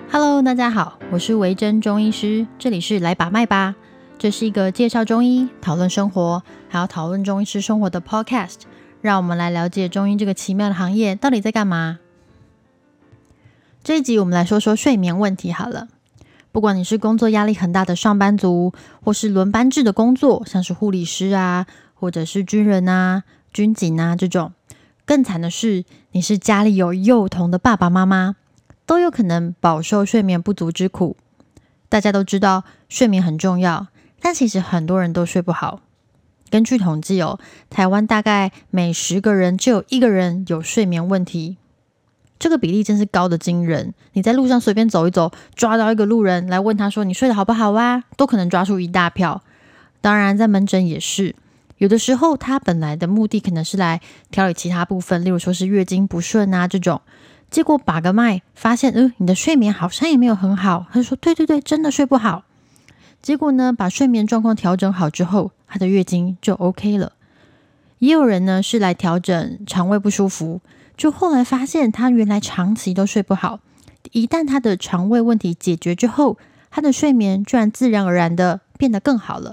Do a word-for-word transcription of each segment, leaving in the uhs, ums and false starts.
Hello， 大家好，我是维珍中医师，这里是来把脉吧。这是一个介绍中医、讨论生活，还有讨论中医师生活的 podcast， 让我们来了解中医这个奇妙的行业到底在干嘛。这一集我们来说说睡眠问题好了。不管你是工作压力很大的上班族，或是轮班制的工作，像是护理师啊，或者是军人啊、军警啊这种，更惨的是你是家里有幼童的爸爸妈妈，都有可能饱受睡眠不足之苦。大家都知道睡眠很重要，但其实很多人都睡不好。根据统计哦，台湾大概每十个人就有一个人有睡眠问题，这个比例真是高的惊人。你在路上随便走一走，抓到一个路人来问他说你睡得好不好啊，都可能抓出一大票。当然在门诊也是，有的时候他本来的目的可能是来调理其他部分，例如说是月经不顺啊这种，结果把个脉发现呃，你的睡眠好像也没有很好，他就说对对对，真的睡不好。结果呢，把睡眠状况调整好之后，他的月经就 OK 了。也有人呢是来调整肠胃不舒服，就后来发现他原来长期都睡不好，一旦他的肠胃问题解决之后，他的睡眠居然自然而然的变得更好了。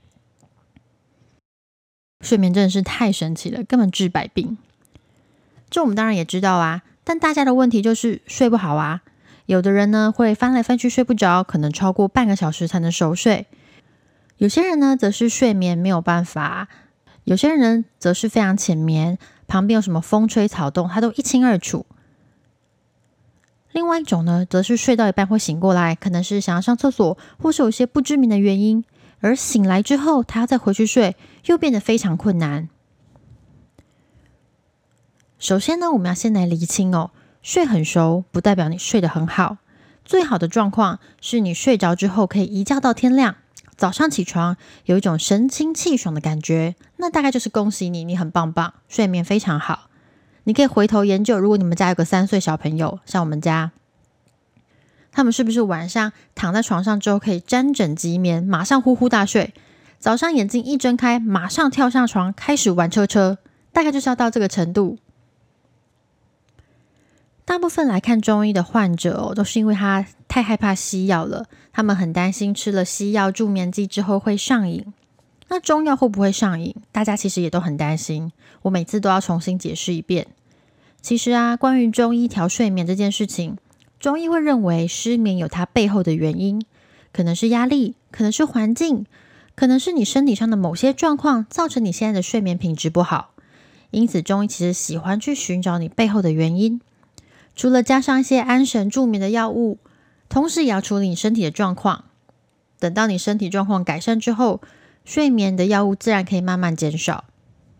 睡眠真的是太神奇了，根本治百病。这我们当然也知道啊，但大家的问题就是睡不好啊。有的人呢会翻来翻去睡不着，可能超过半个小时才能熟睡。有些人呢则是睡眠没有办法，有些人呢则是非常浅眠，旁边有什么风吹草动他都一清二楚。另外一种呢则是睡到一半会醒过来，可能是想要上厕所，或是有些不知名的原因，而醒来之后他要再回去睡，又变得非常困难。首先呢，我们要先来厘清哦，睡很熟不代表你睡得很好。最好的状况是你睡着之后可以一觉到天亮，早上起床有一种神清气爽的感觉，那大概就是恭喜你，你很棒棒，睡眠非常好。你可以回头研究，如果你们家有个三岁小朋友，像我们家，他们是不是晚上躺在床上之后可以沾枕即眠，马上呼呼大睡，早上眼睛一睁开马上跳下床开始玩车车，大概就是要到这个程度。大部分来看中医的患者哦，都是因为他太害怕西药了，他们很担心吃了西药助眠剂之后会上瘾。那中药会不会上瘾？大家其实也都很担心，我每次都要重新解释一遍。其实啊，关于中医调睡眠这件事情，中医会认为失眠有它背后的原因，可能是压力，可能是环境，可能是你身体上的某些状况造成你现在的睡眠品质不好。因此中医其实喜欢去寻找你背后的原因，除了加上一些安神助眠的药物，同时也要处理你身体的状况。等到你身体状况改善之后，睡眠的药物自然可以慢慢减少。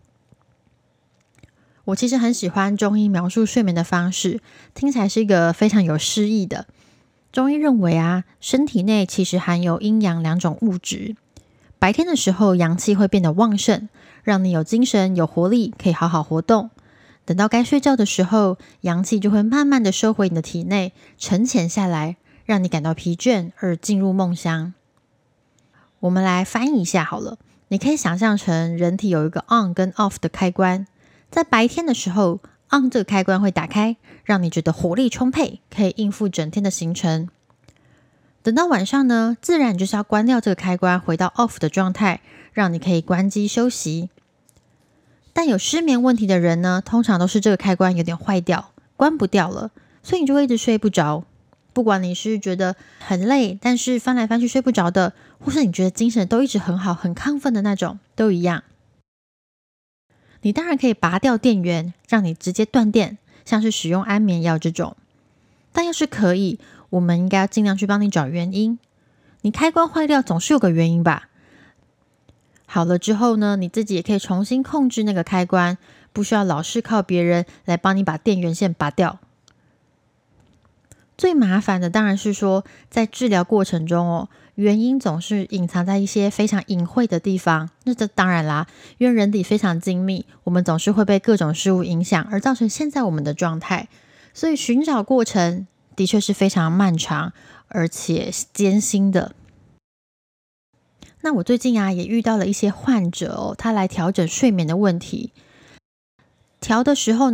我其实很喜欢中医描述睡眠的方式，听起来是一个非常有诗意的。中医认为啊，身体内其实含有阴阳两种物质，白天的时候阳气会变得旺盛，让你有精神有活力，可以好好活动。等到该睡觉的时候，阳气就会慢慢的收回你的体内，沉潜下来，让你感到疲倦而进入梦乡。我们来翻译一下好了，你可以想象成人体有一个 on 跟 off 的开关，在白天的时候 on 这个开关会打开，让你觉得活力充沛，可以应付整天的行程。等到晚上呢，自然就是要关掉这个开关，回到 off 的状态，让你可以关机休息。但有失眠问题的人呢，通常都是这个开关有点坏掉，关不掉了，所以你就会一直睡不着。不管你是觉得很累，但是翻来翻去睡不着的，或是你觉得精神都一直很好，很亢奋的那种，都一样。你当然可以拔掉电源，让你直接断电，像是使用安眠药这种。但要是可以，我们应该要尽量去帮你找原因。你开关坏掉，总是有个原因吧？好了之后呢，你自己也可以重新控制那个开关，不需要老是靠别人来帮你把电源线拔掉。最麻烦的当然是说，在治疗过程中哦，原因总是隐藏在一些非常隐晦的地方。那这当然啦，因为人体非常精密，我们总是会被各种事物影响，而造成现在我们的状态。所以寻找过程的确是非常漫长，而且艰辛的。那我最近啊，也遇到了一些患者哦，他来调整睡眠的问题。调的时候呢，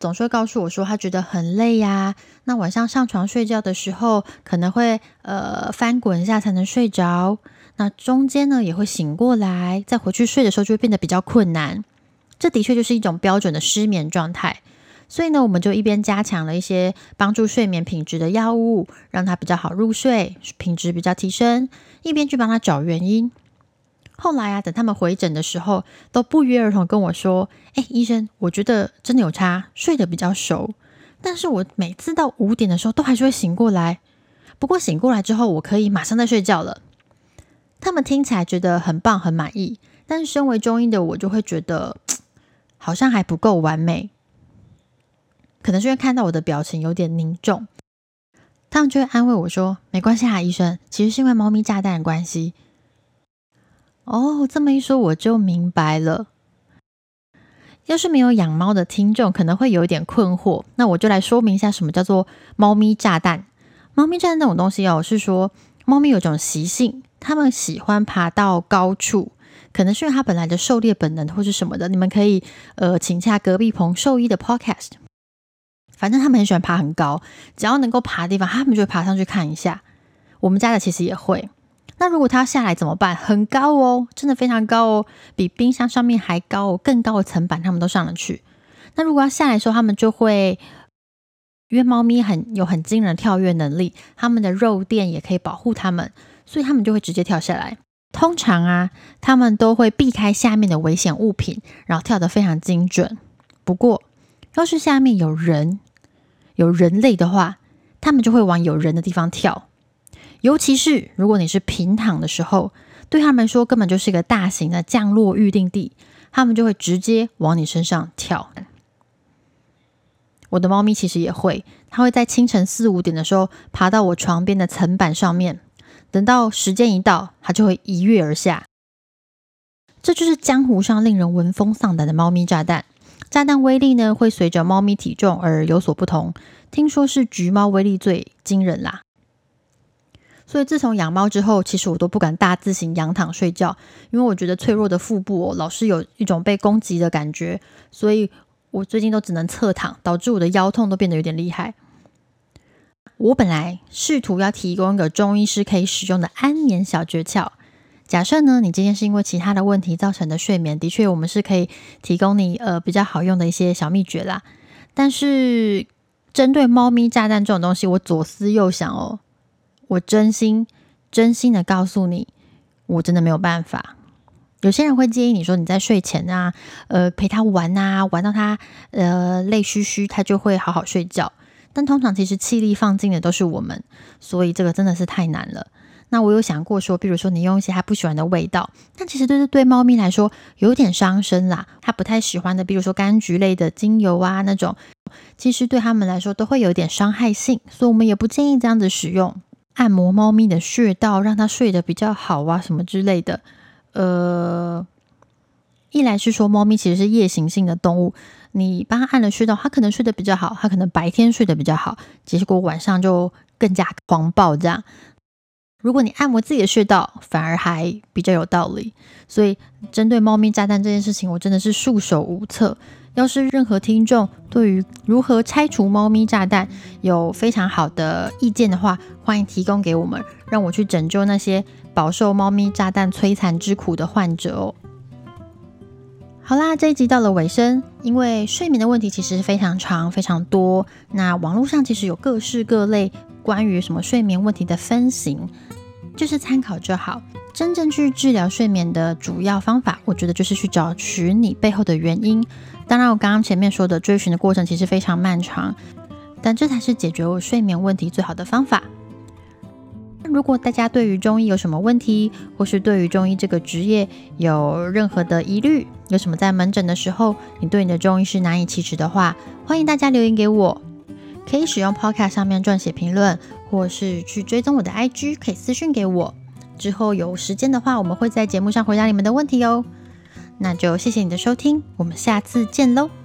总是会告诉我说他觉得很累呀，那晚上上床睡觉的时候可能会呃翻滚一下才能睡着，那中间呢也会醒过来，再回去睡的时候就会变得比较困难。这的确就是一种标准的失眠状态。所以呢，我们就一边加强了一些帮助睡眠品质的药物，让他比较好入睡，品质比较提升，一边去帮他找原因。后来啊，等他们回诊的时候，都不约而同跟我说：“哎，医生，我觉得真的有差，睡得比较熟。但是我每次到五点的时候，都还是会醒过来。不过醒过来之后，我可以马上再睡觉了。”他们听起来觉得很棒，很满意。但是身为中医的我，就会觉得好像还不够完美。可能是因为看到我的表情有点凝重，他们就会安慰我说：“没关系啊，医生，其实是因为猫咪炸弹的关系。”哦，这么一说我就明白了。要是没有养猫的听众可能会有一点困惑，那我就来说明一下什么叫做猫咪炸弹。猫咪炸弹这种东西哦，是说猫咪有种习性，它们喜欢爬到高处，可能是因为它本来的狩猎本能或是什么的，你们可以呃请下隔壁棚兽医的 podcast。反正他们很喜欢爬很高，只要能够爬的地方，他们就会爬上去看一下。我们家的其实也会。那如果他要下来怎么办？很高哦，真的非常高哦，比冰箱上面还高哦，更高的层板他们都上得去。那如果要下来的时候，他们就会，因为猫咪很有很惊人的跳跃能力，他们的肉垫也可以保护他们，所以他们就会直接跳下来。通常啊，他们都会避开下面的危险物品，然后跳得非常精准。不过，要是下面有人，有人类的话，他们就会往有人的地方跳。尤其是如果你是平躺的时候，对他们说根本就是一个大型的降落预定地，他们就会直接往你身上跳。我的猫咪其实也会，它会在清晨四五点的时候爬到我床边的层板上面，等到时间一到，它就会一跃而下。这就是江湖上令人闻风丧胆的猫咪炸弹。炸弹威力呢，会随着猫咪体重而有所不同。听说是橘猫威力最惊人啦。所以自从养猫之后，其实我都不敢大字型仰躺睡觉，因为我觉得脆弱的腹部哦，老是有一种被攻击的感觉，所以我最近都只能侧躺，导致我的腰痛都变得有点厉害。我本来试图要提供一个中医师可以使用的安眠小诀窍。假设呢，你今天是因为其他的问题造成的睡眠，的确我们是可以提供你呃比较好用的一些小秘诀啦。但是针对猫咪炸弹这种东西，我左思右想哦，我真心真心的告诉你，我真的没有办法。有些人会建议你说你在睡前啊，呃陪他玩啊，玩到他呃累醺醺，他就会好好睡觉。但通常其实气力放尽的都是我们，所以这个真的是太难了。那我有想过说，比如说你用一些他不喜欢的味道，但其实对对猫咪来说有点伤身啦。他不太喜欢的，比如说柑橘类的精油啊那种，其实对他们来说都会有点伤害性，所以我们也不建议这样子使用。按摩猫咪的穴道，让它睡得比较好啊什么之类的。呃，一来是说猫咪其实是夜行性的动物，你帮它按了穴道，它可能睡得比较好，它可能白天睡得比较好，结果晚上就更加狂暴这样。如果你按摩自己的穴道，反而还比较有道理。所以针对猫咪炸弹这件事情，我真的是束手无策。要是任何听众对于如何拆除猫咪炸弹有非常好的意见的话，欢迎提供给我们，让我去拯救那些饱受猫咪炸弹摧残之苦的患者哦。好啦，这一集到了尾声，因为睡眠的问题其实非常长非常多，那网络上其实有各式各类关于什么睡眠问题的分型，就是参考就好。真正去治疗睡眠的主要方法，我觉得就是去找寻你背后的原因。当然我刚刚前面说的追寻的过程其实非常漫长，但这才是解决我睡眠问题最好的方法。如果大家对于中医有什么问题，或是对于中医这个职业有任何的疑虑，有什么在门诊的时候你对你的中医师难以启齿的话，欢迎大家留言给我，可以使用 Podcast 上面撰写评论，或是去追踪我的 I G， 可以私讯给我。之后有时间的话，我们会在节目上回答你们的问题哦。那就谢谢你的收听，我们下次见喽。